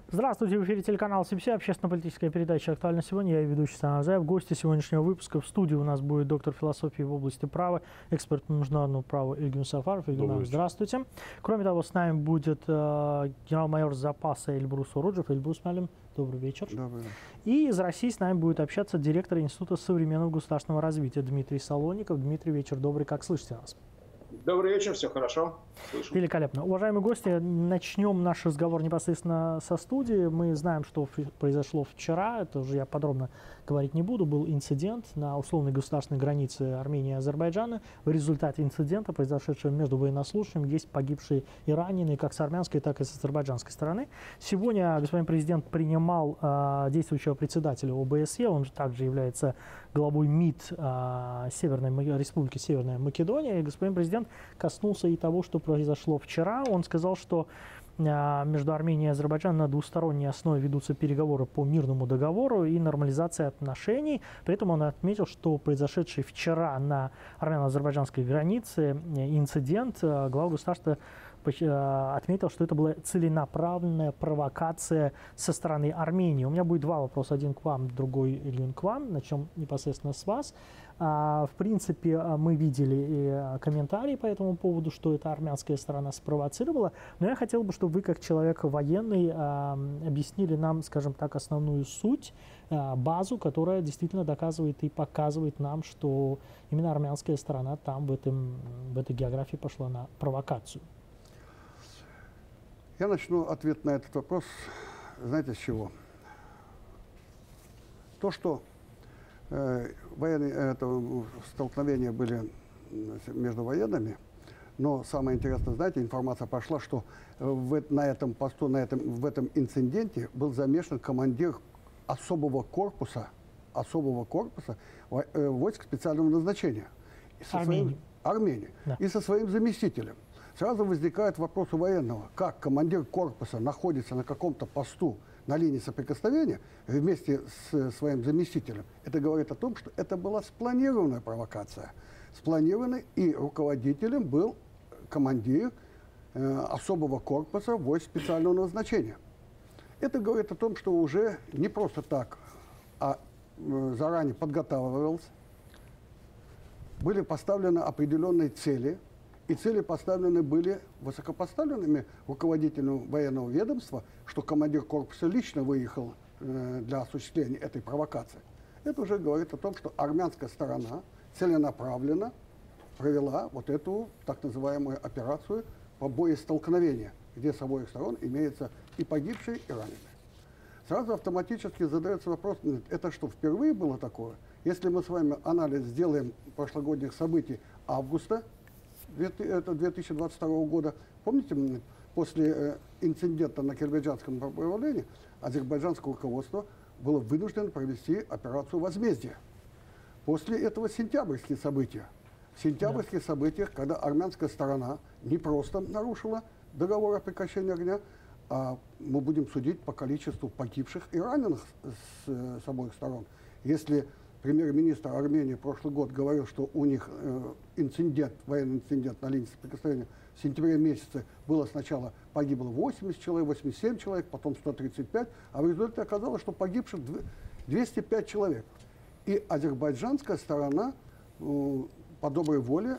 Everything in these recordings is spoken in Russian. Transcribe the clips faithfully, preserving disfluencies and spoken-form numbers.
Здравствуйте, в эфире телеканал Си Би Си, общественно-политическая передача «Актуально сегодня». Я ведущий Сан Азаев. Гости сегодняшнего выпуска в студии у нас будет доктор философии в области права, эксперт по международному праву Ильгин Сафаров. Ильгин, здравствуйте. Кроме того, с нами будет э, генерал-майор запаса Эльбрус Оруджев. Эльбрус Малим, добрый вечер. Добрый. И из России с нами будет общаться директор Института современного государственного развития Дмитрий Солоников. Дмитрий, вечер добрый, как слышите нас? Добрый вечер, все хорошо. Слышу. Великолепно. Уважаемые гости, начнем наш разговор непосредственно со студии. Мы знаем, что произошло вчера, это уже я подробно говорить не буду. Был инцидент на условной государственной границе Армении и Азербайджана. В результате инцидента, произошедшего между военнослужащими, есть погибшие и раненые как с армянской, так и с азербайджанской стороны. Сегодня господин президент принимал э, действующего председателя О Бэ Эс Е, он также является главой МИД э, Северной, Республики Северная Македония. И господин президент коснулся и того, что произошло вчера. Он сказал, что между Арменией и Азербайджаном на двусторонней основе ведутся переговоры по мирному договору и нормализации отношений. При этом он отметил, что произошедший вчера на армяно-азербайджанской границе инцидент глава государства отметил, что это была целенаправленная провокация со стороны Армении. У меня будет два вопроса, один к вам, другой Ильин к вам. Начнем непосредственно с вас. В принципе, мы видели комментарии по этому поводу, что это армянская сторона спровоцировала, но я хотел бы, чтобы вы, как человек военный, объяснили нам, скажем так, основную суть, базу, которая действительно доказывает и показывает нам, что именно армянская сторона там, в, этом, в этой географии, пошла на провокацию. Я начну ответ на этот вопрос, знаете, с чего? То, что э, военные, это, столкновения были между военными, но самое интересное, знаете, информация пошла, что в, на этом посту, на этом, в этом инциденте был замешан командир особого корпуса, особого корпуса войск специального назначения. Армении. Армении. Да. И со своим заместителем. Сразу возникает вопрос у военного, как командир корпуса находится на каком-то посту на линии соприкосновения вместе с своим заместителем. Это говорит о том, что это была спланированная провокация. Спланированная, и руководителем был командир э, особого корпуса войск специального назначения. Это говорит о том, что уже не просто так, а э, заранее подготавливался, были поставлены определенные цели. И цели поставлены были высокопоставленными руководителями военного ведомства, что командир корпуса лично выехал э, для осуществления этой провокации. Это уже говорит о том, что армянская сторона целенаправленно провела вот эту так называемую операцию по боестолкновению, где с обоих сторон имеются и погибшие, и раненые. Сразу автоматически задается вопрос, это что, впервые было такое? Если мы с вами анализ сделаем прошлогодних событий августа, это две тысячи двадцать второго года. Помните, после э, инцидента на Кирбеджанском направлении азербайджанское руководство было вынуждено провести операцию возмездия. После этого сентябрьские события. В сентябрьских да. событиях, когда армянская сторона не просто нарушила договор о прекращении огня, а мы будем судить по количеству погибших и раненых с, с обоих сторон. Если премьер-министр Армении прошлый год говорил, что у них э, инцидент, военный инцидент на линии соприкосновения в сентябре месяце было сначала погибло восемьдесят человек, восемьдесят семь человек, потом сто тридцать пять, а в результате оказалось, что погибших двести пять человек. И азербайджанская сторона э, по доброй воле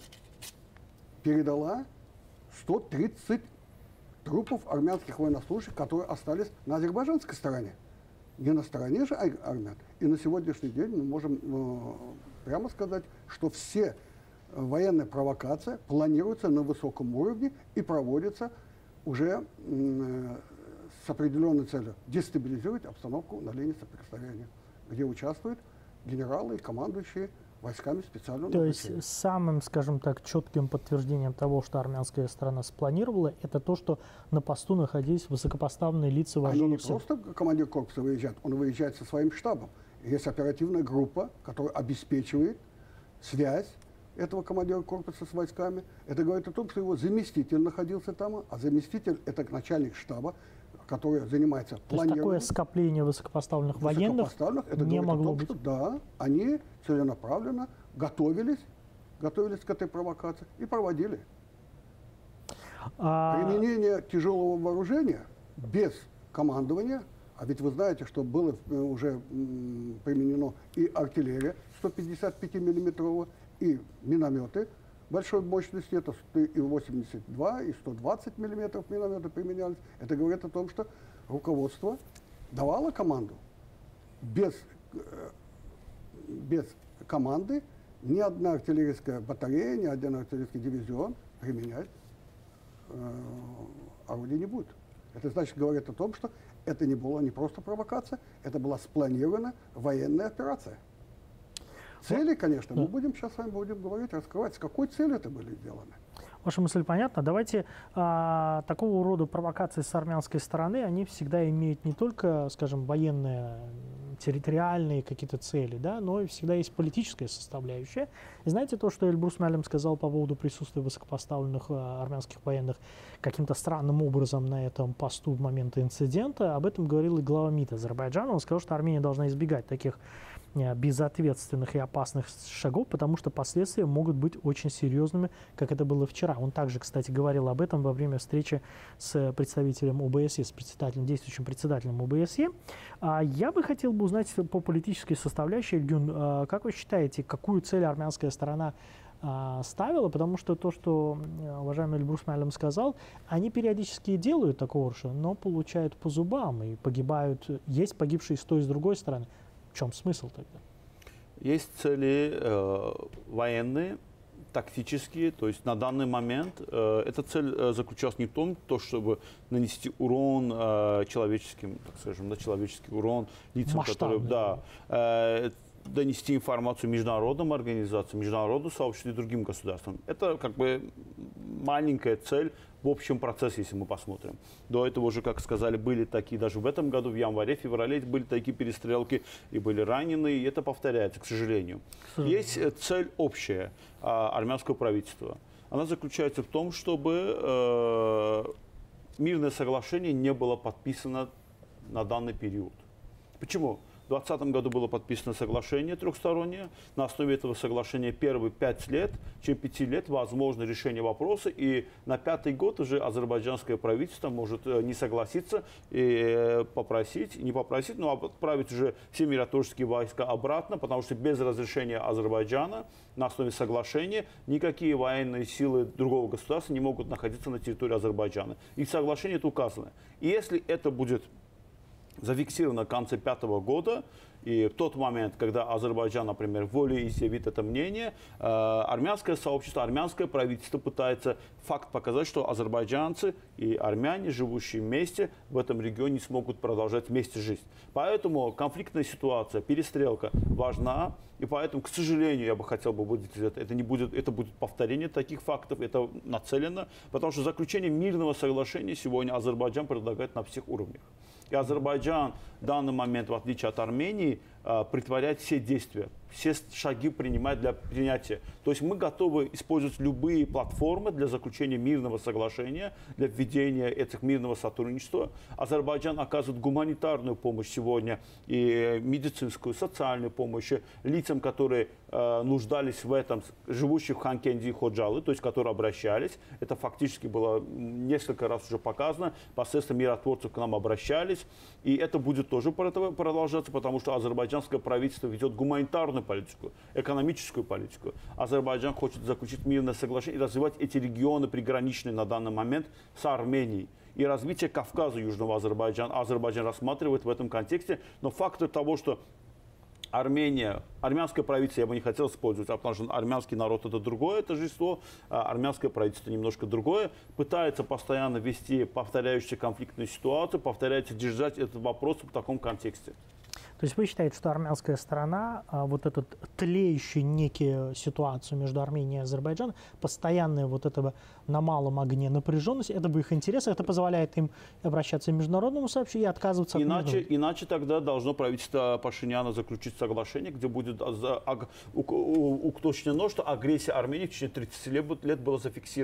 передала сто тридцать трупов армянских военнослужащих, которые остались на азербайджанской стороне. Не на стороне же армян. И на сегодняшний день мы можем э, прямо сказать, что все военные провокации планируются на высоком уровне и проводятся уже э, с определенной целью дестабилизировать обстановку на линии соприкосновения, где участвуют генералы и командующие войсками специального То назначения. есть самым, скажем так, четким подтверждением того, что армянская сторона спланировала, это то, что на посту находились высокопоставленные лица вооруженных сил. Они не просто командир корпуса выезжает, он выезжает со своим штабом. Есть оперативная группа, которая обеспечивает связь этого командира корпуса с войсками. Это говорит о том, что его заместитель находился там, а заместитель – это начальник штаба, который занимается планированием. То есть такое скопление высокопоставленных военных это не могло том, быть? Что, да, они целенаправленно готовились, готовились к этой провокации и проводили. А... Применение тяжелого вооружения без командование, а ведь вы знаете, что было уже применено и артиллерия сто пятьдесят пять миллиметровая, и минометы большой мощности, это и восемьдесят два, и сто двадцать миллиметров минометы применялись. Это говорит о том, что руководство давало команду. Без, без команды ни одна артиллерийская батарея, ни один артиллерийский дивизион применять э, орудие не будет. Это значит, говорит о том, что это не была не просто провокация, это была спланированная военная операция. Цели, конечно, мы будем сейчас с вами будем говорить, раскрывать, с какой целью это были сделаны. Ваша мысль понятна. Давайте а, такого рода провокации с армянской стороны, они всегда имеют не только, скажем, военные, территориальные какие-то цели, да, но и всегда есть политическая составляющая. И знаете то, что Эльбрус Мэллем сказал по поводу присутствия высокопоставленных а, армянских военных каким-то странным образом на этом посту в момент инцидента? Об этом говорил и глава МИД Азербайджана. Он сказал, что Армения должна избегать таких безответственных и опасных шагов, потому что последствия могут быть очень серьезными, как это было вчера. Он также, кстати, говорил об этом во время встречи с представителем ОБСЕ, с председателем, действующим председателем ОБСЕ. Я бы хотел бы узнать по политической составляющей, Эльгюн, как вы считаете, какую цель армянская сторона ставила, потому что то, что уважаемый Эльбрус Мэллем сказал, они периодически делают такого же, но получают по зубам и погибают, есть погибшие с той и с другой стороны. В чем смысл тогда? Есть цели э, военные, тактические, то есть на данный момент э, эта цель э, заключалась не в том, то, чтобы нанести урон э, человеческим, так скажем, да, человеческий урон лицам, которые, да, э, донести информацию международным организациям, международному сообществу и другим государствам. Это как бы маленькая цель в общем процессе, если мы посмотрим. До этого уже, как сказали, были такие, даже в этом году, в январе, феврале были такие перестрелки, и были ранены, и это повторяется, к сожалению. Есть цель общая а, армянского правительства. Она заключается в том, чтобы э, мирное соглашение не было подписано на данный период. Почему? В две тысячи двадцатом году было подписано соглашение трехстороннее. На основе этого соглашения первые пять лет, чем пяти лет, возможно решение вопроса. И на пятый год уже азербайджанское правительство может не согласиться и попросить, не попросить, но отправить уже все миротворческие войска обратно, потому что без разрешения Азербайджана на основе соглашения никакие военные силы другого государства не могут находиться на территории Азербайджана. И в соглашении это указано. И если это будет зафиксировано в конце пятого года, и в тот момент, когда Азербайджан, например, волеизъявит это мнение, э, армянское сообщество, армянское правительство пытается факт показать, что азербайджанцы и армяне, живущие вместе в этом регионе, смогут продолжать вместе жить. Поэтому конфликтная ситуация, перестрелка важна, и поэтому, к сожалению, я бы хотел бы выделить это, это не будет, это будет повторение таких фактов, это нацелено, потому что заключение мирного соглашения сегодня Азербайджан предлагает на всех уровнях. И Азербайджан в данный момент, в отличие от Армении, притворяет все действия, все шаги принимает для принятия. То есть мы готовы использовать любые платформы для заключения мирного соглашения, для введения этих мирного сотрудничества. Азербайджан оказывает гуманитарную помощь сегодня, и медицинскую, социальную помощь лицам, которые э, нуждались в этом, живущих в Ханкенди и Ходжалы, то есть которые обращались. Это фактически было несколько раз уже показано. Посредством миротворцев к нам обращались. И это будет тоже продолжаться, потому что азербайджанское правительство ведет гуманитарную политику, экономическую политику. Азербайджан хочет заключить мирное соглашение и развивать эти регионы приграничные на данный момент с Арменией. И развитие Кавказа, Южного Азербайджана, Азербайджан рассматривает в этом контексте. Но фактор того, что Армения, армянское правительство, я бы не хотел использовать, потому что армянский народ это другое торжество, а армянское правительство немножко другое, пытается постоянно вести повторяющуюся конфликтную ситуацию, повторяется держать этот вопрос в таком контексте. То есть вы считаете, что армянская сторона, вот этот тлеющий некий ситуацию между Арменией и Азербайджаном, постоянная вот этого на малом огне напряженность, это в их интересах, это позволяет им обращаться к международному сообществу и отказываться от иначе, иначе тогда должно правительство Пашиняна заключить соглашение, где будет уточнено, что агрессия Армении в течение тридцати лет была зафиксирована.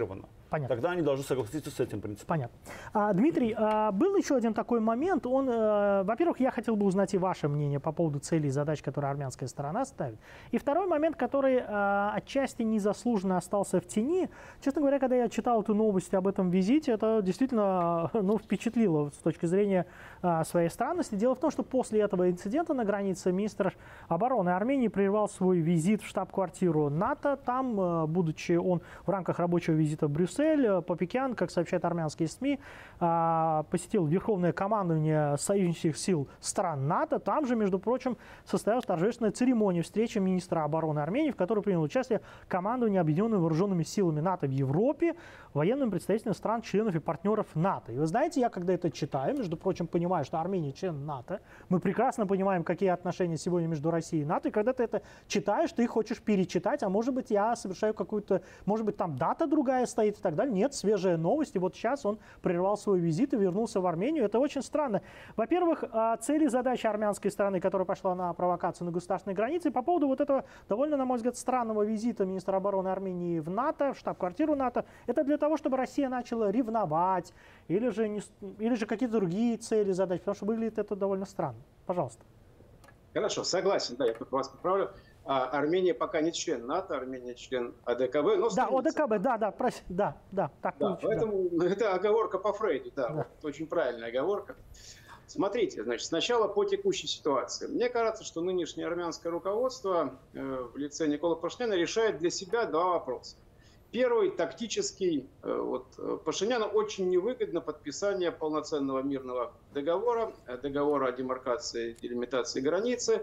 Понятно. Тогда они должны согласиться с этим принципом. Понятно. А, Дмитрий, а, был еще один такой момент. Он, а, во-первых, я хотел бы узнать и ваше мнение по поводу целей и задач, которые армянская сторона ставит. И второй момент, который а, отчасти незаслуженно остался в тени. Честно говоря, когда я читал эту новость об этом визите, это действительно ну, впечатлило с точки зрения а, своей странности. Дело в том, что после этого инцидента на границе министр обороны Армении прервал свой визит в штаб-квартиру НАТО. Там, а, будучи он в рамках рабочего визита в Брюссель, Папикян, как сообщают армянские СМИ, посетил Верховное командование союзнических сил стран НАТО. Там же, между прочим, состоялась торжественная церемония встречи министра обороны Армении, в которой принял участие командование Объединенными вооруженными силами НАТО в Европе, военным представителем стран, членов и партнеров НАТО. И вы знаете, я когда это читаю, между прочим, понимаю, что Армения член НАТО. Мы прекрасно понимаем, какие отношения сегодня между Россией и НАТО. И когда ты это читаешь, ты хочешь перечитать, а может быть, я совершаю какую-то, может быть, там дата другая стоит и так далее. Нет, свежая новость. И вот сейчас он прервал свой визит и вернулся в Армению. Это очень странно. Во-первых, цели и задачи армянской стороны, которая пошла на провокацию на государственной границе. По поводу вот этого довольно, на мой взгляд, странного визита министра обороны Армении в НАТО, в штаб-квартиру НАТО, это для того, чтобы Россия начала ревновать или же, не, или же какие-то другие цели, задачи, потому что выглядит это довольно странно. Пожалуйста. Хорошо, согласен, да, я вас поправлю. А, Армения пока не член НАТО, Армения член АДКБ. Но да, ОДКБ, да, да, проси, да, да, так да, получится. Поэтому да. Это оговорка по Фрейду, да, да. Вот, очень правильная оговорка. Смотрите, значит, сначала по текущей ситуации. Мне кажется, что нынешнее армянское руководство э, в лице Никола Пашиняна решает для себя два вопроса. Первый, тактический. Э, вот, Пашиняну очень невыгодно подписание полноценного мирного договора, договора о демаркации, делимитации границы.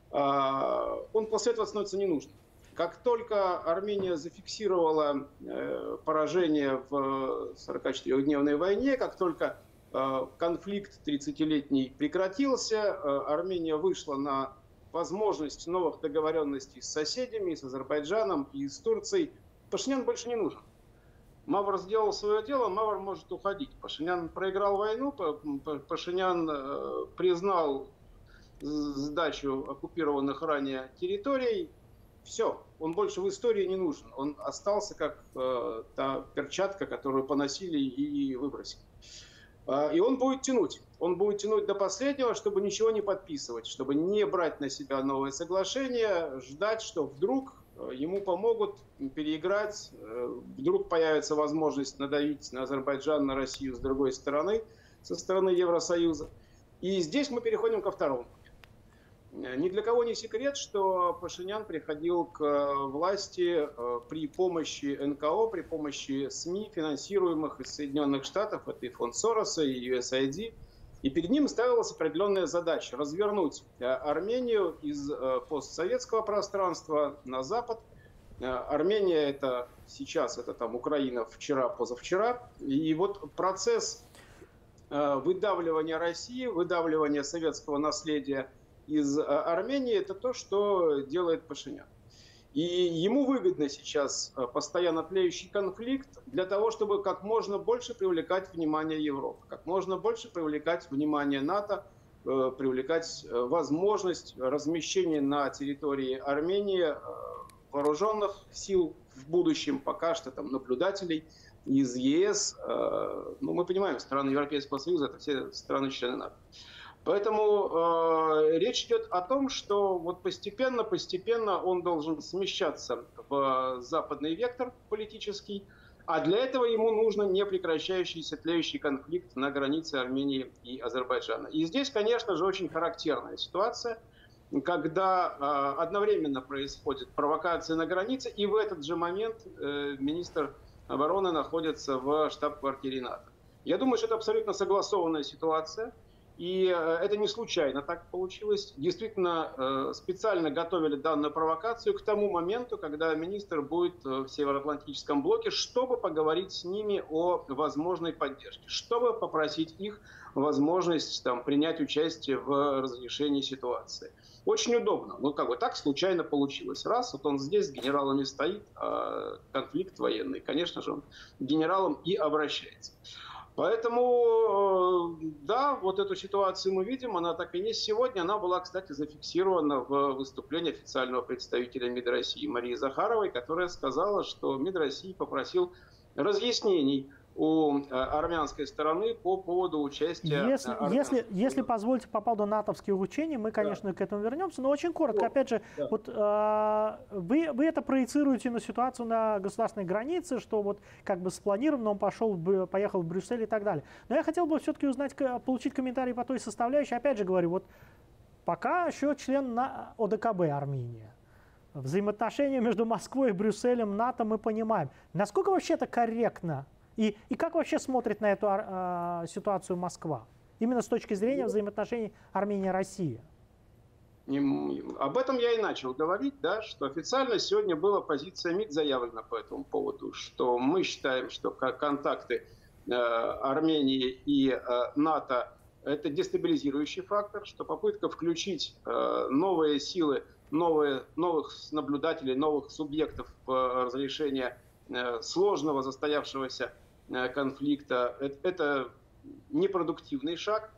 Он после этого становится не нужным. Как только Армения зафиксировала поражение в сорокачетырёхдневной войне, как только конфликт тридцатилетний прекратился, Армения вышла на возможность новых договоренностей с соседями, с Азербайджаном и с Турцией. Пашинян больше не нужен. Мавр сделал свое дело, Мавр может уходить. Пашинян проиграл войну, Пашинян признал сдачу оккупированных ранее территорий. Все, он больше в истории не нужен. Он остался как э, та перчатка, которую поносили и выбросили. Э, и он будет тянуть. Он будет тянуть до последнего, чтобы ничего не подписывать, чтобы не брать на себя новые соглашения, ждать, что вдруг ему помогут переиграть, э, вдруг появится возможность надавить на Азербайджан, на Россию с другой стороны, со стороны Евросоюза. И здесь мы переходим ко второму. Ни для кого не секрет, что Пашинян приходил к власти при помощи эн ка о, при помощи СМИ, финансируемых из Соединенных Штатов, это и фонд Сороса, и ю эс ай ди. И перед ним ставилась определенная задача – развернуть Армению из постсоветского пространства на Запад. Армения – это сейчас, это там Украина вчера, позавчера. И вот процесс выдавливания России, выдавливания советского наследия из Армении – это то, что делает Пашинян. И ему выгодно сейчас постоянно тлеющий конфликт для того, чтобы как можно больше привлекать внимание Европы, как можно больше привлекать внимание НАТО, привлекать возможность размещения на территории Армении вооруженных сил в будущем, пока что там наблюдателей из е эс. Ну, мы понимаем, страны Европейского Союза – это все страны-члены НАТО. Поэтому э, речь идет о том, что вот постепенно-постепенно он должен смещаться в западный вектор политический, а для этого ему нужно непрекращающийся тлеющий конфликт на границе Армении и Азербайджана. И здесь, конечно же, очень характерная ситуация, когда э, одновременно происходит провокация на границе, и в этот же момент э, министр обороны находится в штаб-квартире НАТО. Я думаю, что это абсолютно согласованная ситуация. И это не случайно так получилось. Действительно, специально готовили данную провокацию к тому моменту, когда министр будет в Североатлантическом блоке, чтобы поговорить с ними о возможной поддержке, чтобы попросить их возможность там, принять участие в разрешении ситуации. Очень удобно. Ну, как бы так случайно получилось. Раз, вот он здесь с генералами стоит, а конфликт военный. Конечно же, он к генералам и обращается. Поэтому, да, вот эту ситуацию мы видим, она так и есть сегодня. Она была, кстати, зафиксирована в выступлении официального представителя МИД России Марии Захаровой, которая сказала, что МИД России попросил разъяснений у армянской стороны по поводу участия. Если, если, если позволите, по поводу натовских учений, мы, конечно, да. к этому вернемся, но очень коротко. Вот, опять же, да. вот, э, вы, вы это проецируете на ситуацию на государственной границе, что вот как бы спланировано, он пошел, поехал в Брюссель и так далее. Но я хотел бы все-таки узнать, получить комментарий по той составляющей. Опять же говорю, вот пока еще член на О Дэ Ка Бэ Армения. Взаимоотношения между Москвой и Брюсселем, НАТО мы понимаем. Насколько вообще это корректно? И, и как вообще смотрит на эту а, ситуацию Москва? Именно с точки зрения взаимоотношений Армении-России. Об этом я и начал говорить, да, что официально сегодня была позиция МИД заявлена по этому поводу, что мы считаем, что контакты э, Армении и э, НАТО – это дестабилизирующий фактор, что попытка включить э, новые силы, новые, новых наблюдателей, новых субъектов в разрешение э, сложного застоявшегося конфликта, это непродуктивный шаг,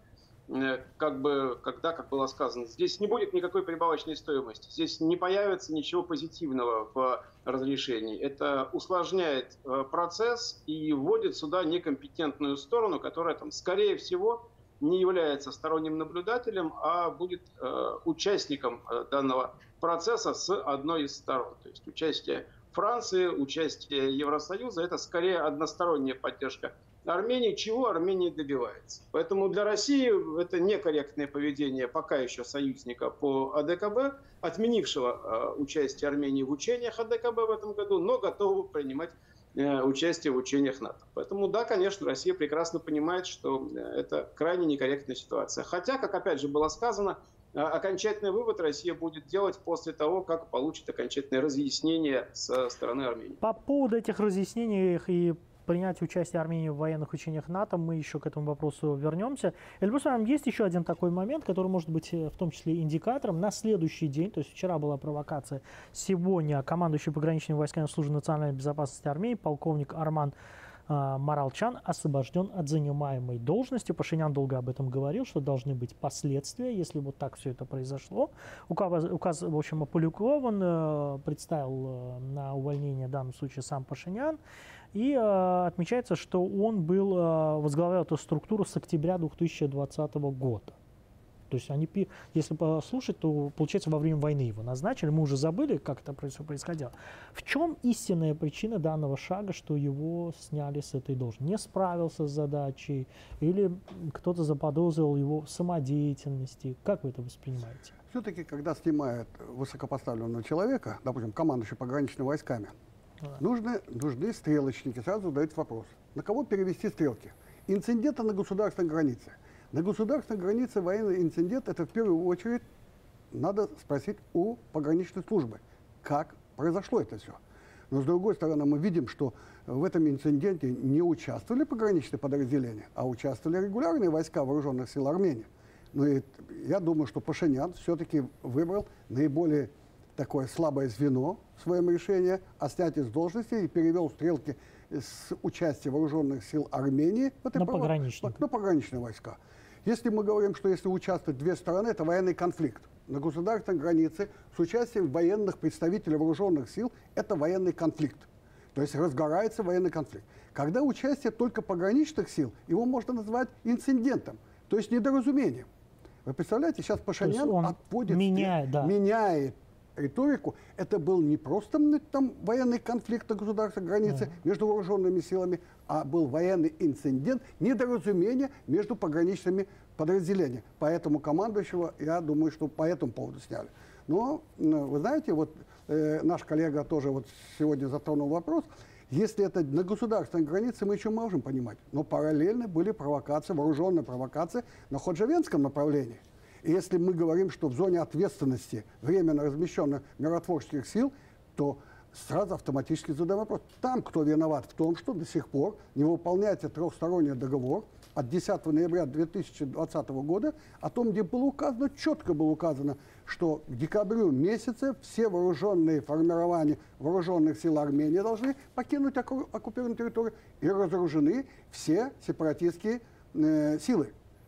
как бы, когда, как было сказано, здесь не будет никакой прибавочной стоимости, здесь не появится ничего позитивного в разрешении. Это усложняет процесс и вводит сюда некомпетентную сторону, которая, там, скорее всего, не является сторонним наблюдателем, а будет э, участником данного процесса с одной из сторон. То есть участие Франции, участие Евросоюза – это скорее односторонняя поддержка Армении, чего Армения добивается. Поэтому для России это некорректное поведение пока еще союзника по О Дэ Ка Бэ, отменившего э, участие Армении в учениях О Дэ Ка Бэ в этом году, но готового принимать э, участие в учениях НАТО. Поэтому да, конечно, Россия прекрасно понимает, что это крайне некорректная ситуация. Хотя, как опять же было сказано, окончательный вывод Россия будет делать после того, как получит окончательное разъяснение со стороны Армении. По поводу этих разъяснений и принятия участия Армении в военных учениях НАТО, мы еще к этому вопросу вернемся. Эльбрус, есть еще один такой момент, который может быть в том числе индикатором. На следующий день, то есть вчера была провокация, сегодня командующий пограничными войсками службы национальной безопасности Армении, полковник Арман Маралчан освобожден от занимаемой должности. Пашинян долго об этом говорил, что должны быть последствия, если вот так все это произошло. Указ, указ в общем, опубликован, представил на увольнение в данном случае сам Пашинян. И э, отмечается, что он был, э, возглавлял эту структуру с октября две тысячи двадцатого года. То есть они, если послушать, то получается во время войны его назначили. Мы уже забыли, как это происходило. В чем истинная причина данного шага, что его сняли с этой должности? Не справился с задачей или кто-то заподозрил его в самодеятельности? Как вы это воспринимаете? Все-таки, когда снимают высокопоставленного человека, допустим, командующий пограничными войсками, да. нужны, нужны стрелочники. Сразу задают вопрос, на кого перевести стрелки? Инциденты на государственной границе. На государственной границе военный инцидент, это в первую очередь надо спросить у пограничной службы, как произошло это все. Но с другой стороны, мы видим, что в этом инциденте не участвовали пограничные подразделения, а участвовали регулярные войска вооруженных сил Армении. Ну и я думаю, что Пашинян все-таки выбрал наиболее такое слабое звено в своем решении о снятии с должности и перевел стрелки с участия вооруженных сил Армении в этой на, пограничные. на пограничные войска. Если мы говорим, что если участвуют две стороны, это военный конфликт. На государственной границе с участием военных представителей вооруженных сил это военный конфликт. То есть разгорается военный конфликт. Когда участие только пограничных сил, его можно назвать инцидентом, то есть недоразумением. Вы представляете, сейчас Пашинян отводит, меняет, да. меняет риторику. Это был не просто там, военный конфликт на государственной границе mm. между вооруженными силами, а был военный инцидент, недоразумение между пограничными подразделениями. Поэтому командующего, я думаю, что по этому поводу сняли. Но, вы знаете, вот э, наш коллега тоже вот сегодня затронул вопрос. Если это на государственной границе, мы еще можем понимать. Но параллельно были провокации, вооруженные провокации на Ходжавенском направлении. И если мы говорим, что в зоне ответственности временно размещенных миротворческих сил, то сразу автоматически задаем вопрос. Там кто виноват в том, что до сих пор не выполняется трехсторонний договор от десятого ноября две тысячи двадцатого года, о том, где было указано, четко было указано, что к декабрю месяце все вооруженные формирования вооруженных сил Армении должны покинуть оккупированную территорию и разоружены все сепаратистские э, силы.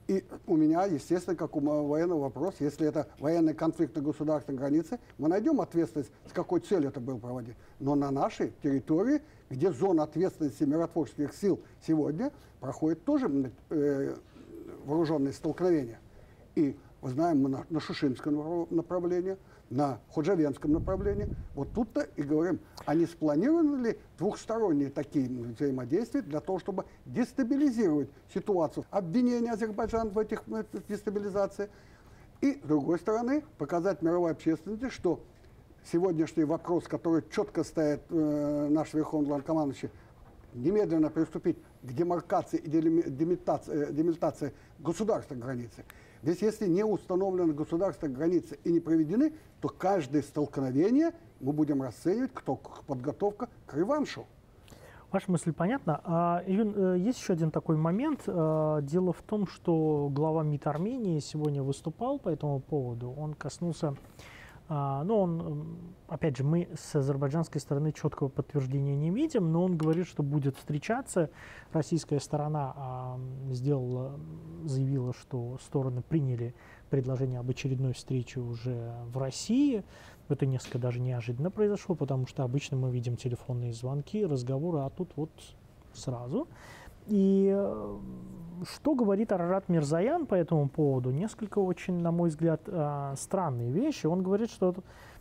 И у меня, естественно, как у военного вопрос, если это военный конфликт на государственной границе, мы найдем ответственность, с какой целью это было проводить. Но на нашей территории, где зона ответственности миротворческих сил сегодня, проходит тоже э, вооруженные столкновения. И мы знаем, мы на, на Шушинском направлении, на Ходжавенском направлении. Вот тут-то и говорим, а не спланированы ли двухсторонние такие взаимодействия для того, чтобы дестабилизировать ситуацию, обвинение Азербайджана в этих в дестабилизации. И, с другой стороны, показать мировой общественности, что сегодняшний вопрос, который четко стоит э, наш Верховный Главнокомандующий, немедленно приступить к демаркации и делимитации, демилитации государственной границы. Ведь если не установлены государственные границы и не проведены, то каждое столкновение мы будем расценивать как подготовка к реваншу. Ваша мысль понятна. А, Юн, есть еще один такой момент. Дело в том, что глава МИД Армении сегодня выступал по этому поводу. Он коснулся... Ну, он, опять же, мы с азербайджанской стороны четкого подтверждения не видим, но он говорит, что будет встречаться. Российская сторона сделала, заявила, что стороны приняли предложение об очередной встрече уже в России. Это несколько даже неожиданно произошло, потому что обычно мы видим телефонные звонки, разговоры, а тут вот сразу. И что говорит Арарат Мирзоян по этому поводу? Несколько очень, на мой взгляд, странные вещи. Он говорит, что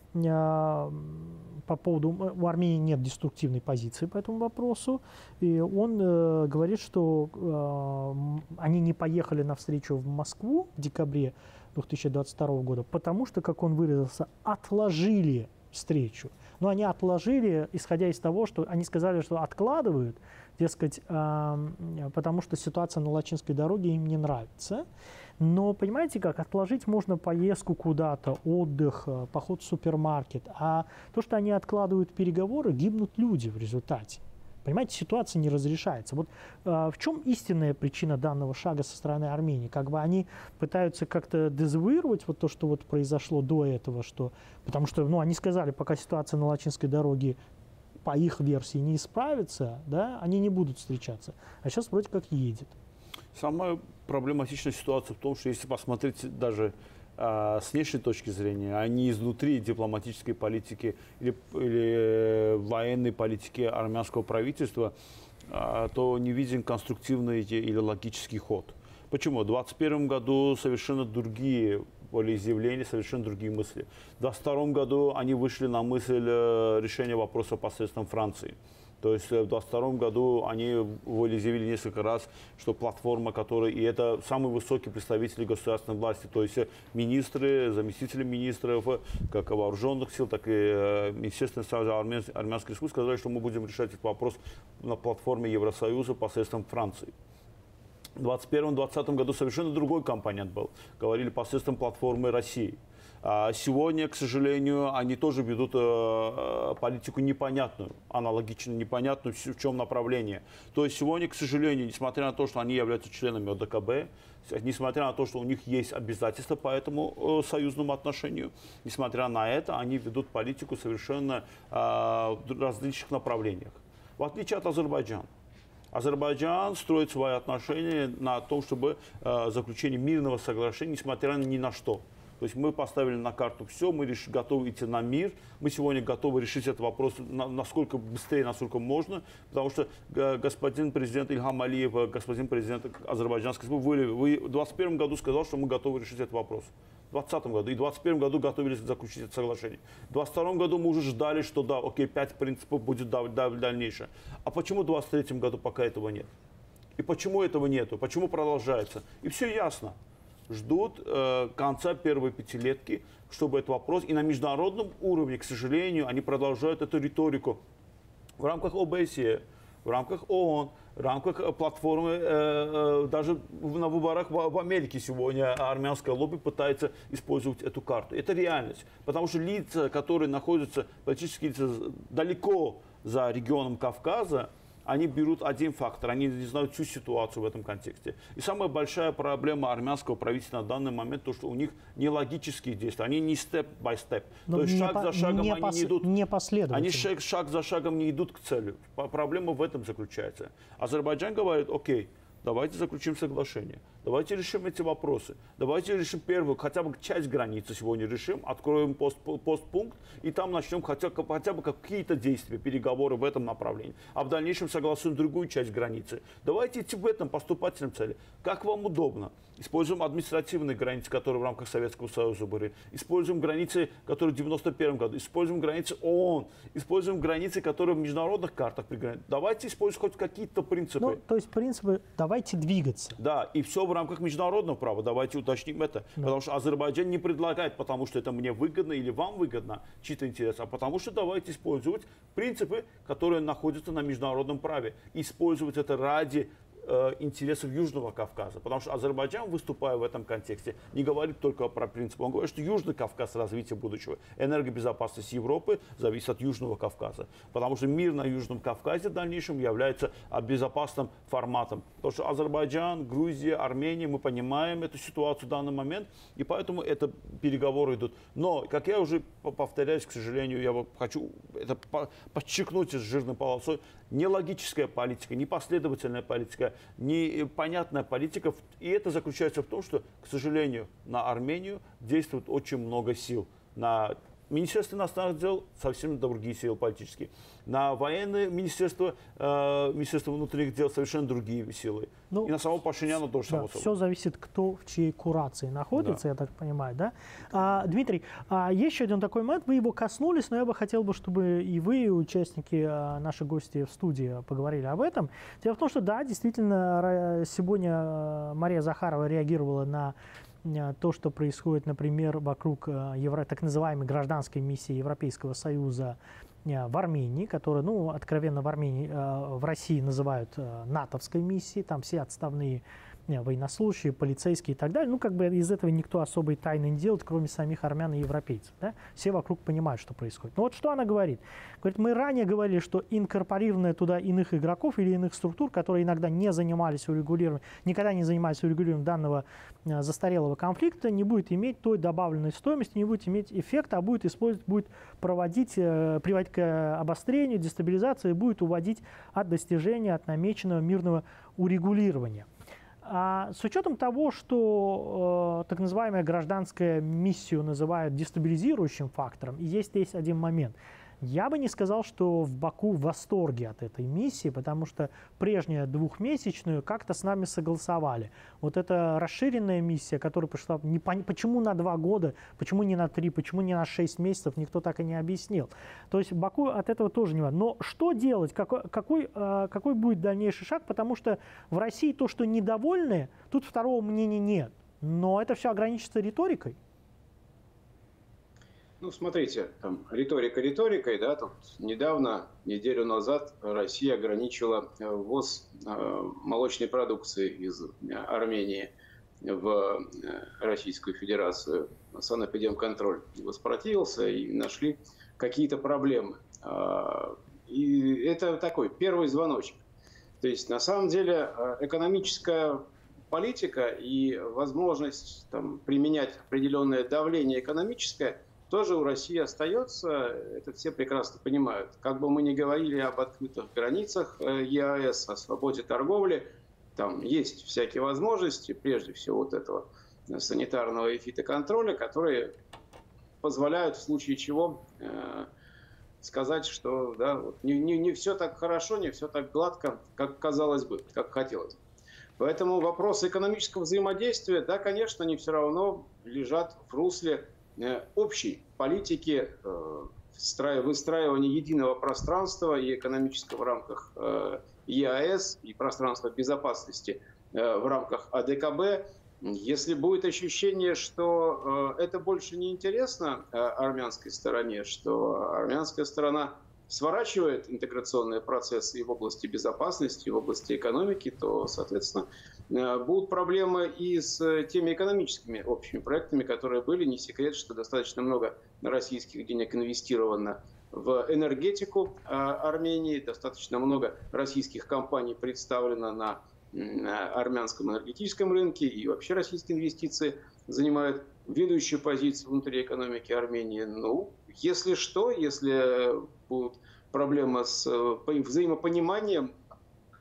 по поводу... У Армении нет деструктивной позиции по этому вопросу. И он говорит, что они не поехали на встречу в Москву в декабре две тысячи двадцать второго года, потому что, как он выразился, отложили встречу. Но они отложили, исходя из того, что они сказали, что откладывают, дескать, э, потому что ситуация на Лачинской дороге им не нравится. Но понимаете как, отложить можно поездку куда-то, отдых, поход в супермаркет. А то, что они откладывают переговоры, гибнут люди в результате. Понимаете, ситуация не разрешается. Вот э, в чем истинная причина данного шага со стороны Армении? Как бы они пытаются как-то дезавуировать вот то, что вот произошло до этого, что, потому что, ну, они сказали, пока ситуация на Лачинской дороге по их версии не исправится, да, они не будут встречаться. А сейчас вроде как едет. Самая проблематичная ситуация в том, что если посмотреть даже а, с внешней точки зрения, а не изнутри дипломатической политики или, или военной политики армянского правительства, а, то не видим конструктивный или логический ход. Почему? В двадцать первом году совершенно другие волеизъявления, совершенно другие мысли. В двадцать втором году они вышли на мысль решения вопроса посредством Франции. То есть в двадцать втором году они волеизъявили несколько раз, что платформа, которая, и это самые высокие представители государственной власти, то есть министры, заместители министров, как вооруженных сил, так и Министерство Армянской Республики, сказали, что мы будем решать этот вопрос на платформе Евросоюза посредством Франции. В двадцать первом — двадцатом году совершенно другой компонент был. Говорили посредством платформы России. А сегодня, к сожалению, они тоже ведут э, политику непонятную, аналогично непонятную, в чем направление. То есть сегодня, к сожалению, несмотря на то, что они являются членами ОДКБ, несмотря на то, что у них есть обязательства по этому э, союзному отношению, несмотря на это, они ведут политику совершенно э, в различных направлениях. В отличие от Азербайджана. Азербайджан строит свои отношения на том, чтобы э, заключение мирного соглашения, несмотря ни на что. То есть мы поставили на карту все, мы реш... готовы идти на мир. Мы сегодня готовы решить этот вопрос на... насколько быстрее, насколько можно. Потому что э, господин президент Ильхам Алиев, господин президент Азербайджанской Республики, вы в двадцать первом году сказал, что мы готовы решить этот вопрос. В двадцатом году и в двадцать первом году готовились заключить это соглашение. В двадцать втором году мы уже ждали, что да, окей, пять принципов будет в дальнейшее. А почему в двадцать третьем году пока этого нет? И почему этого нету? Почему продолжается? И все ясно. Ждут э, конца первой пятилетки, чтобы этот вопрос, и на международном уровне, к сожалению, они продолжают эту риторику в рамках ОБСЕ, в рамках ООН, в рамках платформы, э, э, даже на выборах в, в Америке сегодня армянское лобби пытается использовать эту карту. Это реальность, потому что лица, которые находятся, политические лица, далеко за регионом Кавказа, они берут один фактор, они не знают всю ситуацию в этом контексте. И самая большая проблема армянского правительства на данный момент, то, что у них не логические действия, они не степ-бай-степ. То есть шаг за шагом не они пос... не идут, не они шаг, шаг за шагом не идут к цели. Проблема в этом заключается. Азербайджан говорит, окей, давайте заключим соглашение. Давайте решим эти вопросы. Давайте решим первую, хотя бы часть границы сегодня решим, откроем пост, постпункт, и там начнем хотя, хотя бы какие-то действия, переговоры в этом направлении. А в дальнейшем согласуем другую часть границы. Давайте идти в этом поступательном цели. Как вам удобно? Используем административные границы, которые в рамках Советского Союза были. Используем границы, которые в девяносто первом году. Используем границы ООН. Используем границы, которые в международных картах приграничены. Давайте использовать хоть какие-то принципы. Ну, то есть принципы «давайте двигаться». Да, и все в рамках международного права. Давайте уточним это. Да. Потому что Азербайджан не предлагает, потому что это мне выгодно или вам выгодно, чьи-то интересы, а потому что давайте использовать принципы, которые находятся на международном праве. Использовать это ради интересов Южного Кавказа. Потому что Азербайджан, выступая в этом контексте, не говорит только про принципы. Он говорит, что Южный Кавказ — развитие будущего. Энергобезопасность Европы зависит от Южного Кавказа. Потому что мир на Южном Кавказе в дальнейшем является безопасным форматом. Потому что Азербайджан, Грузия, Армения, мы понимаем эту ситуацию в данный момент, и поэтому это переговоры идут. Но, как я уже повторяюсь, к сожалению, я хочу это подчеркнуть с жирной полосой, нелогическая политика, непоследовательная политика, непонятная политика. И это заключается в том, что, к сожалению, на Армению действует очень много сил. На Министерство иностранных дел совсем другие силы политические. На военное министерство, э, Министерство внутренних дел совершенно другие силы. Ну, и на самого Пашиняна тоже. Да, все зависит, кто в чьей курации находится, да. Я так понимаю, да? А, Дмитрий, а еще один такой момент, вы его коснулись, но я бы хотел, бы, чтобы и вы, и участники, наши гости в студии поговорили об этом. Дело в том, что да, действительно, сегодня Мария Захарова реагировала на то, что происходит, например, вокруг евро, так называемой гражданской миссии Европейского Союза в Армении, которую, ну, откровенно в Армении, в России называют натовской миссией, там все отставные военнослужащие, полицейские и так далее. Ну, как бы из этого никто особой тайны не делает, кроме самих армян и европейцев. Да? Все вокруг понимают, что происходит. Но вот что она говорит? Говорит, мы ранее говорили, что инкорпорированные туда иных игроков или иных структур, которые иногда не занимались урегулированием, никогда не занимались урегулированием данного застарелого конфликта, не будет иметь той добавленной стоимости, не будет иметь эффекта, а будет использовать, будет проводить, приводить к обострению, дестабилизации, будет уводить от достижения, от намеченного мирного урегулирования. А с учетом того, что э, так называемая гражданская миссию называют дестабилизирующим фактором, и есть здесь один момент. Я бы не сказал, что в Баку в восторге от этой миссии, потому что прежнюю двухмесячную как-то с нами согласовали. Вот эта расширенная миссия, которая пришла, не пон... почему на два года, почему не на три, почему не на шесть месяцев, никто так и не объяснил. То есть Баку от этого тоже не важно. Но что делать, какой, какой, какой будет дальнейший шаг, потому что в России то, что недовольны, тут второго мнения нет. Но это все ограничится риторикой. Ну, смотрите, там риторика риторикой, да, тут недавно, неделю назад, Россия ограничила ввоз э, молочной продукции из Армении в Российскую Федерацию. Санэпидемконтроль воспротивился и нашли какие-то проблемы. И это такой первый звоночек. То есть, на самом деле, экономическая политика и возможность там, применять определенное давление экономическое тоже у России остается, это все прекрасно понимают. Как бы мы ни говорили об открытых границах ЕАЭС, о свободе торговли, там есть всякие возможности, прежде всего вот этого санитарного и фитоконтроля, которые позволяют в случае чего э, сказать, что да, вот, не, не, не все так хорошо, не все так гладко, как казалось бы, как хотелось. Поэтому вопросы экономического взаимодействия, да, конечно, они все равно лежат в русле общей политики выстраивания единого пространства и экономического в рамках ЕАЭС и пространства безопасности в рамках АДКБ. Если будет ощущение, что это больше не интересно армянской стороне, что армянская сторона сворачивает интеграционные процессы и в области безопасности, и в области экономики, то, соответственно, будут проблемы и с теми экономическими общими проектами, которые были. Не секрет, что достаточно много российских денег инвестировано в энергетику Армении, достаточно много российских компаний представлено на армянском энергетическом рынке, и вообще российские инвестиции занимают ведущую позицию внутри экономики Армении. Ну, если что, если будут проблемы с взаимопониманием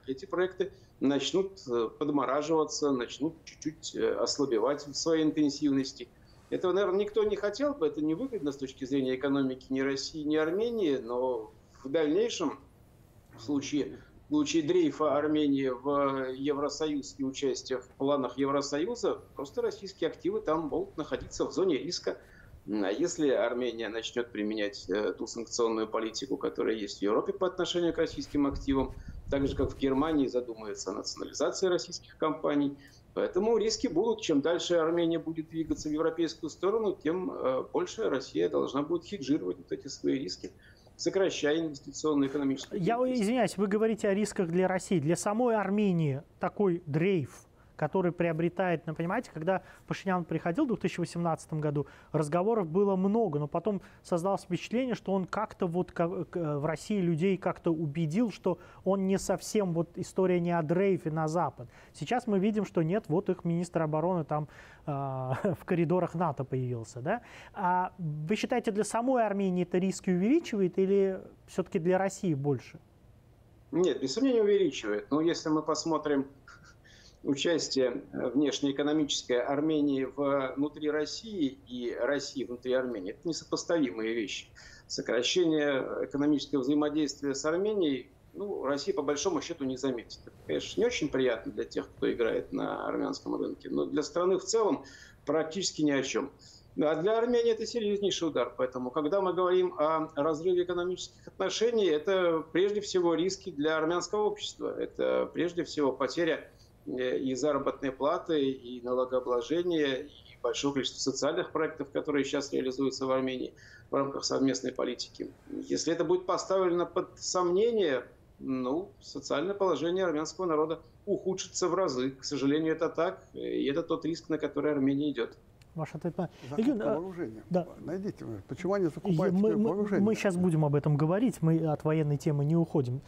эти проекты начнут подмораживаться, начнут чуть-чуть ослабевать в своей интенсивности. Этого, наверное, никто не хотел бы, это невыгодно с точки зрения экономики ни России, ни Армении, но в дальнейшем, в случае, в случае дрейфа Армении в Евросоюз и участия в планах Евросоюза, просто российские активы там могут находиться в зоне риска. А если Армения начнет применять ту санкционную политику, которая есть в Европе по отношению к российским активам, так же, как в Германии задумается о национализации российских компаний, поэтому риски будут. Чем дальше Армения будет двигаться в европейскую сторону, тем больше Россия должна будет хеджировать вот эти свои риски, сокращая инвестиционную экономическую Я деятельность. извиняюсь, вы говорите о рисках для России. Для самой Армении такой дрейф, который приобретает, ну, понимаете, когда Пашинян приходил в две тысячи восемнадцатом году, разговоров было много, но потом создалось впечатление, что он как-то вот в России людей как-то убедил, что он не совсем, вот история не о дрейфе на Запад. Сейчас мы видим, что нет, вот их министр обороны там э, в коридорах НАТО появился, да? А вы считаете, для самой Армении это риски увеличивает или все-таки для России больше? Нет, без сомнения увеличивает. Но если мы посмотрим участие внешнеэкономическое Армении внутри России и России внутри Армении, это несопоставимые вещи. Сокращение экономического взаимодействия с Арменией, ну, Россия по большому счету не заметит. Это, конечно, не очень приятно для тех, кто играет на армянском рынке, но для страны в целом практически ни о чем. А для Армении это серьезнейший удар. Поэтому, когда мы говорим о разрыве экономических отношений, это прежде всего риски для армянского общества. Это прежде всего потеря и заработной платы, и налогообложения, и большое количество социальных проектов, которые сейчас реализуются в Армении в рамках совместной политики. Если это будет поставлено под сомнение, ну, социальное положение армянского народа ухудшится в разы. К сожалению, это так, и это тот риск, на который Армения идет. Ваш ответ на... Закупка вооружения. Да. Найдите, почему они закупают мы, вооружение? Мы, мы сейчас будем об этом говорить, мы от военной темы не уходим.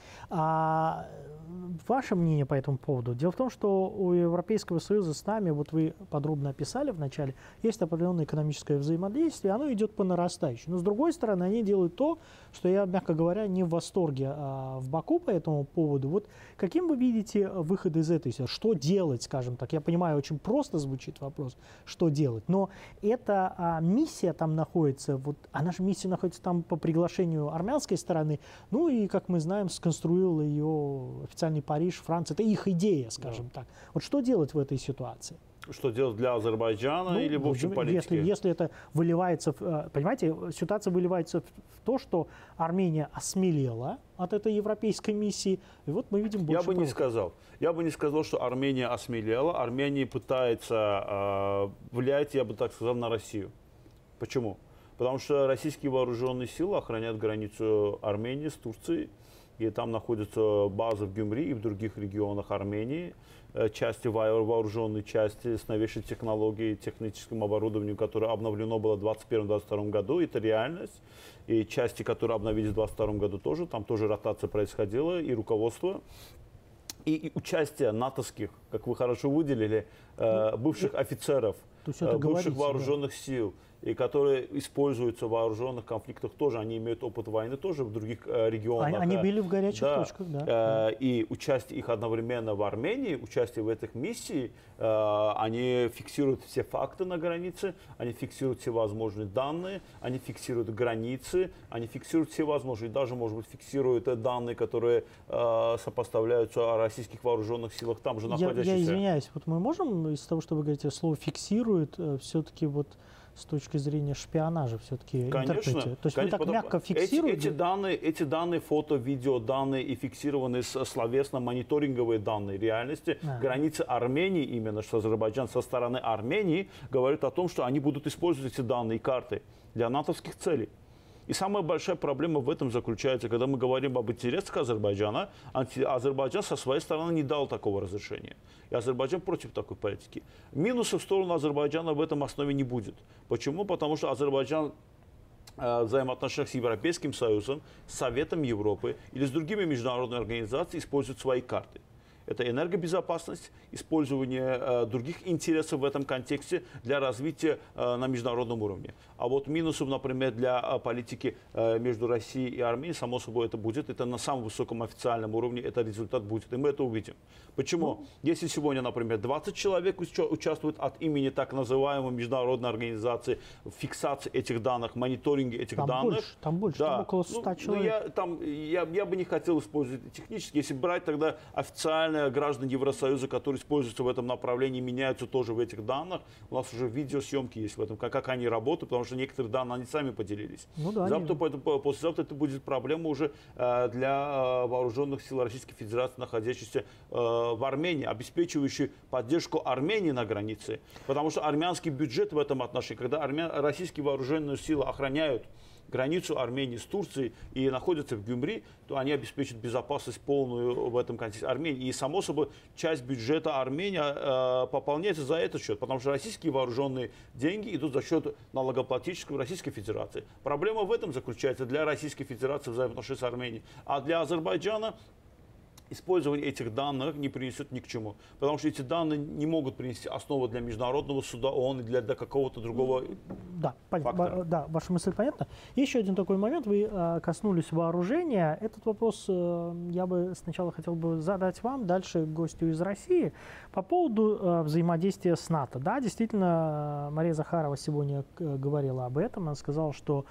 А ваше мнение по этому поводу? Дело в том, что у Европейского Союза с нами, вот вы подробно описали в начале, есть определенное экономическое взаимодействие, оно идет по нарастающей. Но с другой стороны, они делают то, что я, мягко говоря, не в восторге а в Баку по этому поводу. Вот каким вы видите выход из этой ситуации? Что делать, скажем так? Я понимаю, очень просто звучит вопрос, что делать. Но эта а, миссия там находится, вот, а наша миссия находится там по приглашению армянской стороны, ну и, как мы знаем, сконструировал ее официальный Париж, Франция. Это их идея, скажем да. так. Вот что делать в этой ситуации? Что делать для Азербайджана ну, или в общем политике? Если, если это выливается, понимаете, ситуация выливается в то, что Армения осмелела от этой европейской миссии, и вот мы видим больше... Я бы не сказал. Я бы не сказал, что Армения осмелела. Армения пытается э, влиять, я бы так сказал, на Россию. Почему? Потому что российские вооруженные силы охраняют границу Армении с Турцией, и там находятся базы в Гюмри и в других регионах Армении, части вооруженной части с новейшей технологией, техническим оборудованием, которое обновлено было в двадцать первом — двадцать втором году, это реальность. И части, которые обновились в двадцать втором году тоже, там тоже ротация происходила, и руководство. И, и участие натовских, как вы хорошо выделили, э, бывших офицеров, э, бывших вооруженных да. сил, и которые используются в вооруженных конфликтах тоже, они имеют опыт войны тоже в других э, регионах. Они были в горячих да, точках, да. Э, и участие их одновременно в Армении, участие в этих миссиях, э, они фиксируют все факты на границе, они фиксируют все возможные данные, они фиксируют границы, они фиксируют все возможные, даже, может быть, фиксируют данные, которые э, сопоставляются о российских вооруженных силах там же находящихся. Я, я извиняюсь, вот мы можем из того, что вы говорите, слово «фиксирует», все-таки вот с точки зрения шпионажа все-таки интерпретировать. То есть конечно, вы так мягко фиксируете? Эти, эти, данные, эти данные, фото, видео данные и фиксированные словесно-мониторинговые данные реальности, а. границы Армении, именно что Азербайджан со стороны Армении, говорит о том, что они будут использовать эти данные и карты для натовских целей. И самая большая проблема в этом заключается, когда мы говорим об интересах Азербайджана, Азербайджан со своей стороны не дал такого разрешения. И Азербайджан против такой политики. Минусов в сторону Азербайджана в этом основе не будет. Почему? Потому что Азербайджан в взаимоотношениях с Европейским Союзом, с Советом Европы или с другими международными организациями использует свои карты. Это энергобезопасность, использование э, других интересов в этом контексте для развития э, на международном уровне. А вот минусов, например, для э, политики э, между Россией и Арменией, само собой, это будет. Это на самом высоком официальном уровне, это результат будет. И мы это увидим. Почему? Ну, если сегодня, например, двадцать человек участвуют от имени так называемой международной организации в фиксации этих данных, мониторинге этих там данных. Больше, там больше, да. там около ста ну, человек. Ну, я, там, я, я бы не хотел использовать технически. Если брать, тогда официальные граждане Евросоюза, которые используются в этом направлении, меняются тоже в этих данных. У нас уже видеосъемки есть в этом, как, как они работают, потому что некоторые данные они сами поделились. Ну, да, завтра, поэтому, послезавтра это будет проблема уже э, для э, вооруженных сил Российской Федерации, находящихся э, в Армении, обеспечивающих поддержку Армении на границе. Потому что армянский бюджет в этом отношении, когда армян, российские вооруженные силы охраняют границу Армении с Турцией и находятся в Гюмри, то они обеспечат безопасность полную в этом контексте Армении. И, само собой, часть бюджета Армении э, пополняется за этот счет, потому что российские вооруженные деньги идут за счет налогоплательщиков Российской Федерации. Проблема в этом заключается для Российской Федерации взаимоотношений с Арменией. А для Азербайджана использование этих данных не принесет ни к чему. Потому что эти данные не могут принести основу для Международного суда ООН и для, для какого-то другого да, фактора. Да, ваша мысль понятна. Еще один такой момент. Вы э, коснулись вооружения. Этот вопрос э, я бы сначала хотел бы задать вам, дальше гостю из России. По поводу э, взаимодействия с НАТО. Да, действительно, Мария Захарова сегодня э, говорила об этом. Она сказала, что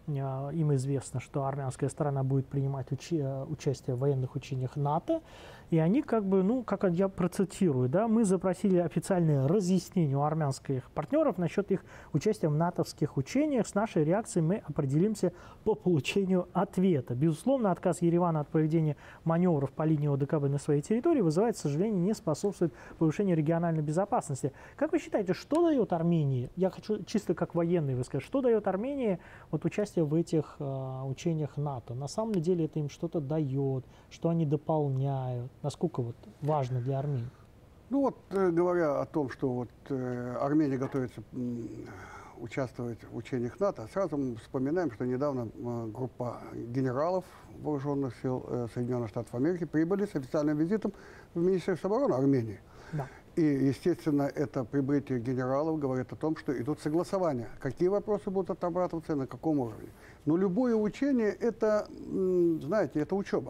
им известно, что армянская сторона будет принимать учи участие в военных учениях НАТО. И они как бы, ну, как я процитирую, да, мы запросили официальное разъяснение у армянских партнеров насчет их участия в натовских учениях. С нашей реакцией мы определимся по получению ответа. Безусловно, отказ Еревана от проведения маневров по линии ОДКБ на своей территории вызывает, к сожалению, не способствует повышению региональной безопасности. Как вы считаете, что дает Армении, я хочу чисто как военный вы сказать, что дает Армении вот участие в этих э, учениях НАТО? На самом деле это им что-то дает, что они дополняют? Насколько вот важно для Армении? Ну вот, э, говоря о том, что вот э, Армения готовится э, участвовать в учениях НАТО, сразу мы вспоминаем, что недавно э, группа генералов вооруженных сил э, Соединенных Штатов Америки прибыли с официальным визитом в Министерство обороны Армении. Да. И, естественно, это прибытие генералов говорит о том, что идут согласования, какие вопросы будут отрабатываться и на каком уровне. Но любое учение, это, знаете, это учеба.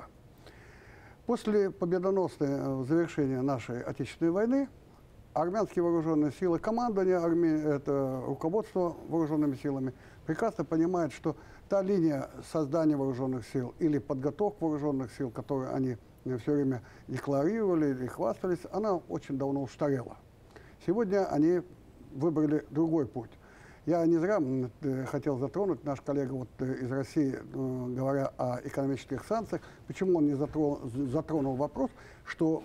После победоносного завершения нашей Отечественной войны армянские вооруженные силы, командование армии, это руководство вооруженными силами, прекрасно понимает, что та линия создания вооруженных сил или подготовки вооруженных сил, которую они все время декларировали или хвастались, она очень давно устарела. Сегодня они выбрали другой путь. Я не зря хотел затронуть, наш коллега вот из России, говоря о экономических санкциях, почему он не затронул, затронул вопрос, что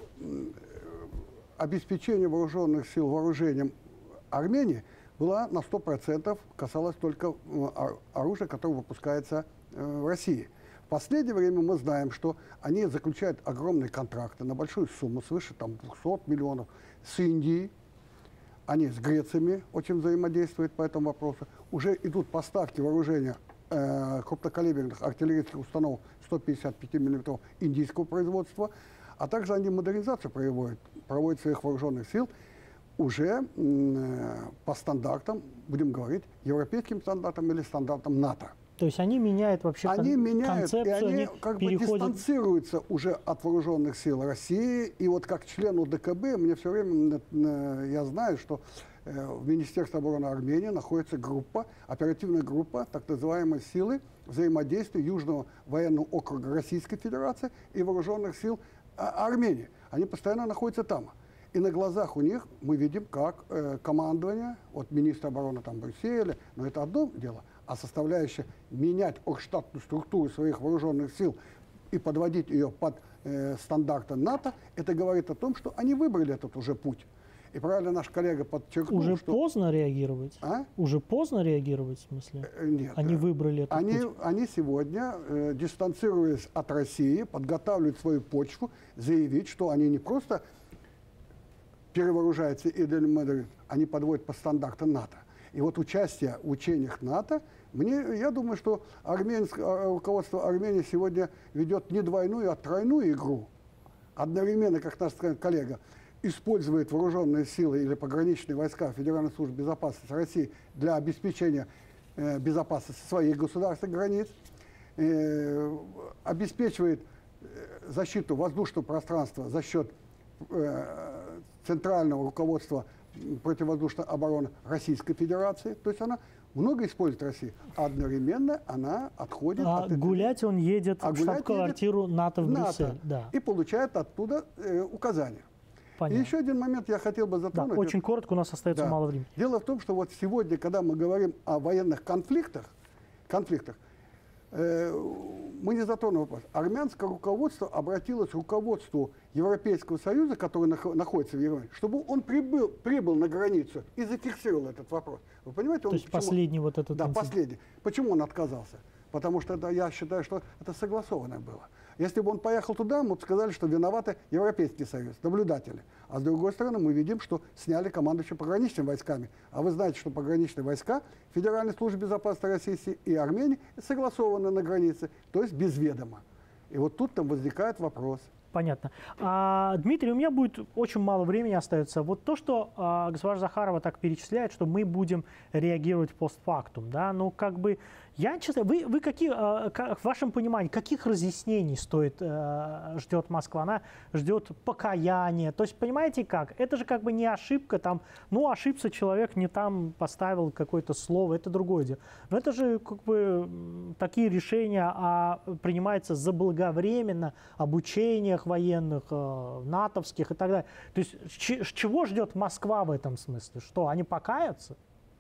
обеспечение вооруженных сил вооружением Армении было на сто процентов касалось только оружия, которое выпускается в России. В последнее время мы знаем, что они заключают огромные контракты на большую сумму, свыше там, двухсот миллионов, с Индией. Они с Грециями очень взаимодействуют по этому вопросу. Уже идут поставки вооружения э, крупнокалиберных артиллерийских установок сто пятьдесят пять миллиметров индийского производства, а также они модернизацию проводят, проводят своих вооруженных сил уже э, по стандартам, будем говорить, европейским стандартам или стандартам НАТО. То есть они меняют вообще они кон меняют, концепцию, и они, они как переходят... бы дистанцируются уже от вооруженных сил России. И вот как члену ДКБ, мне все время, я знаю, что в Министерстве обороны Армении находится группа, оперативная группа, так называемой силы взаимодействия Южного военного округа Российской Федерации и вооруженных сил Армении. Они постоянно находятся там. И на глазах у них мы видим, как э, командование, вот министр обороны там Брюсселя, но это одно дело, а составляющая менять штатную структуру своих вооруженных сил и подводить ее под э, стандарты НАТО, это говорит о том, что они выбрали этот уже путь. И правильно наш коллега подчеркнул, уже что... поздно реагировать? А? Уже поздно реагировать, в смысле? Э, нет. Они выбрали этот они, путь? Они сегодня, э, дистанцируясь от России, подготавливают свою почву, заявить, что они не просто перевооружаются и они подводят по стандартам НАТО. И вот участие в учениях НАТО, мне, я думаю, что армянское, руководство Армении сегодня ведет не двойную, а тройную игру. одновременно, как наш коллега, использует вооруженные силы или пограничные войска Федеральной службы безопасности России для обеспечения э, безопасности своих государственных границ, э, обеспечивает защиту воздушного пространства за счет э, центрального руководства противовоздушной обороны Российской Федерации. То есть она много использует Россию, а одновременно она отходит а от... гулять он едет а в штаб-квартиру НАТО в Брюссель. Да. И получает оттуда э, указания. Понятно. И еще один момент я хотел бы затронуть. Да, очень коротко, у нас остается да. мало времени. Дело в том, что вот сегодня, когда мы говорим о военных конфликтах, конфликтах, э, мы не затронули вопрос. Армянское руководство обратилось к руководству Европейского Союза, который нах- находится в Ереване, чтобы он прибыл, прибыл на границу и зафиксировал этот вопрос. Вы понимаете? То Он есть почему... последний вот этот Да, инцидент. последний. Почему он отказался? Потому что это, я считаю, что это согласованное было. Если бы он поехал туда, мы бы сказали, что виноваты Европейский Союз, наблюдатели. А с другой стороны, мы видим, что сняли командующего пограничными войсками. А вы знаете, что пограничные войска Федеральной службы безопасности России и Армении согласованы на границе, то есть без ведома. И вот тут там возникает вопрос. Понятно. А, Дмитрий, у меня будет очень мало времени остается. Вот то, что а, госпожа Захарова так перечисляет, что мы будем реагировать постфактум, да, ну как бы я честно, вы, вы какие, а, как, в вашем понимании, каких разъяснений стоит а, ждет Москва? Она ждет покаяния. То есть понимаете как? Это же как бы не ошибка, там, ну ошибся человек, не там поставил какое-то слово, это другое дело. Но это же как бы такие решения а, принимаются заблаговременно, обучение военных, э, натовских и так далее. То есть ч- чего ждет Москва в этом смысле? Что, они покаятся?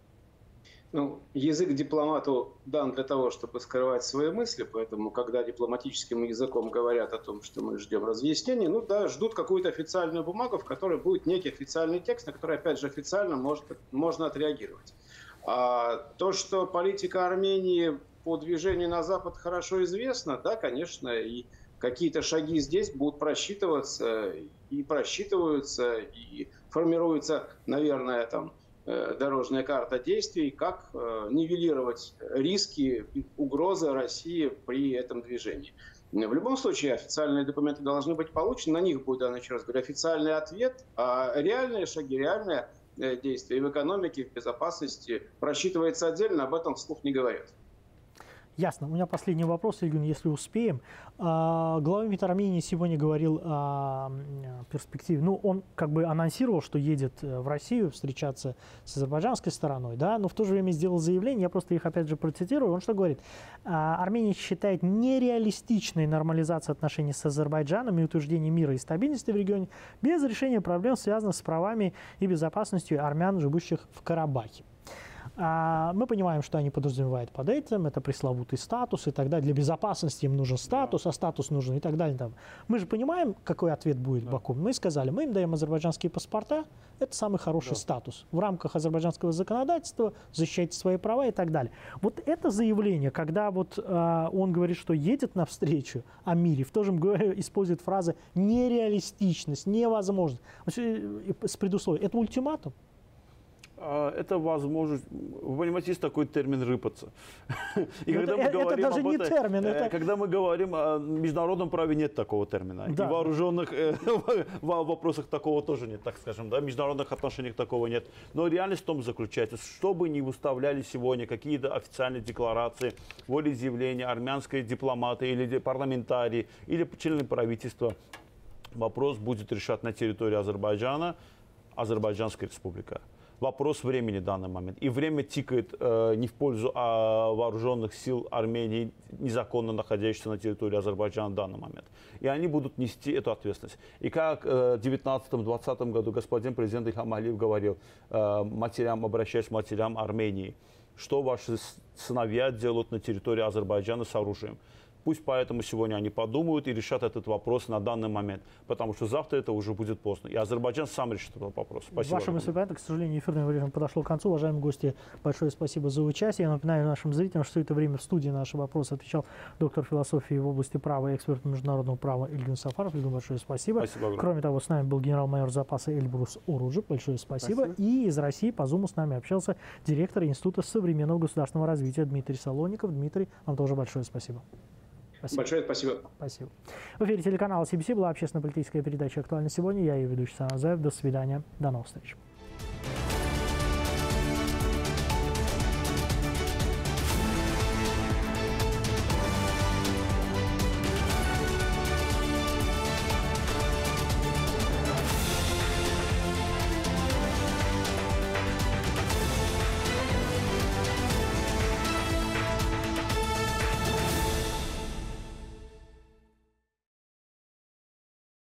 Ну, язык дипломату дан для того, чтобы скрывать свои мысли, поэтому, когда дипломатическим языком говорят о том, что мы ждем разъяснений, ну да, ждут какую-то официальную бумагу, в которой будет некий официальный текст, на который, опять же, официально может, можно отреагировать. А то, что политика Армении по движению на Запад хорошо известна, да, конечно, и какие-то шаги здесь будут просчитываться и просчитываются, и формируется, наверное, там, дорожная карта действий, как нивелировать риски, угрозы России при этом движении. В любом случае, официальные документы должны быть получены, на них будет дан, еще раз говорю, официальный ответ, а реальные шаги, реальные действия в экономике, в безопасности просчитывается отдельно, об этом вслух не говорят. Ясно. У меня последний вопрос, Ильгин, если успеем. Глава МИД Армении сегодня говорил о перспективе. Ну, он как бы анонсировал, что едет в Россию встречаться с азербайджанской стороной, да, но в то же время сделал заявление, я просто их опять же процитирую. Он что говорит? Армения считает нереалистичной нормализацию отношений с Азербайджаном и утверждение мира и стабильности в регионе без решения проблем, связанных с правами и безопасностью армян, живущих в Карабахе. Мы понимаем, что они подразумевают под этим, это пресловутый статус и так далее. Для безопасности им нужен статус, а статус нужен и так далее. Мы же понимаем, какой ответ будет да. Баку. Мы сказали, мы им даем азербайджанские паспорта, это самый хороший да. статус. В рамках азербайджанского законодательства защищайте свои права и так далее. Вот это заявление, когда вот э, он говорит, что едет навстречу о мире, в то же время использует фразы нереалистичность, невозможность, с предусловием. Это ультиматум? Это возможность, вы понимаете, есть такой термин «рыпаться». И это, когда мы это говорим даже об не это, термин. Это... Когда мы говорим о международном праве, нет такого термина. Да. И в вооруженных э, вопросах такого тоже нет, так скажем. Да? В международных отношениях такого нет. Но реальность в том заключается, что бы ни выставляли сегодня какие-то официальные декларации, волеизъявления, армянские дипломаты или парламентарии, или члены правительства, вопрос будет решать на территории Азербайджана, Азербайджанская республика. Вопрос времени в данный момент. И время тикает э, не в пользу а, вооруженных сил Армении, незаконно находящихся на территории Азербайджана в данный момент. И они будут нести эту ответственность. И как э, в девятнадцатом-двадцатом году господин президент Ильхам Алиев говорил э, матерям, обращаясь к матерям Армении, что ваши сыновья делают на территории Азербайджана с оружием. Пусть поэтому сегодня они подумают и решат этот вопрос на данный момент, потому что завтра это уже будет поздно. И Азербайджан сам решит этот вопрос. Спасибо. Ваше мыслеприятие, к сожалению, эфирное время подошло к концу. Уважаемые гости, большое спасибо за участие. Я напоминаю нашим зрителям, что это время в студии на наши вопросы отвечал доктор философии в области права и эксперт международного права Ильгин Сафаров. Ильгин, большое спасибо. Спасибо. Кроме того, с нами был генерал-майор запаса Эльбрус Оруджи. Большое спасибо. спасибо. И из России по Зуму с нами общался директор Института современного государственного развития Дмитрий Солоников. Дмитрий, вам тоже большое спасибо. Спасибо. Большое спасибо. Спасибо. В эфире телеканала Си Би Си была общественно-политическая передача «Актуально сегодня». Я ее ведущий Сан Азаев. До свидания. До новых встреч.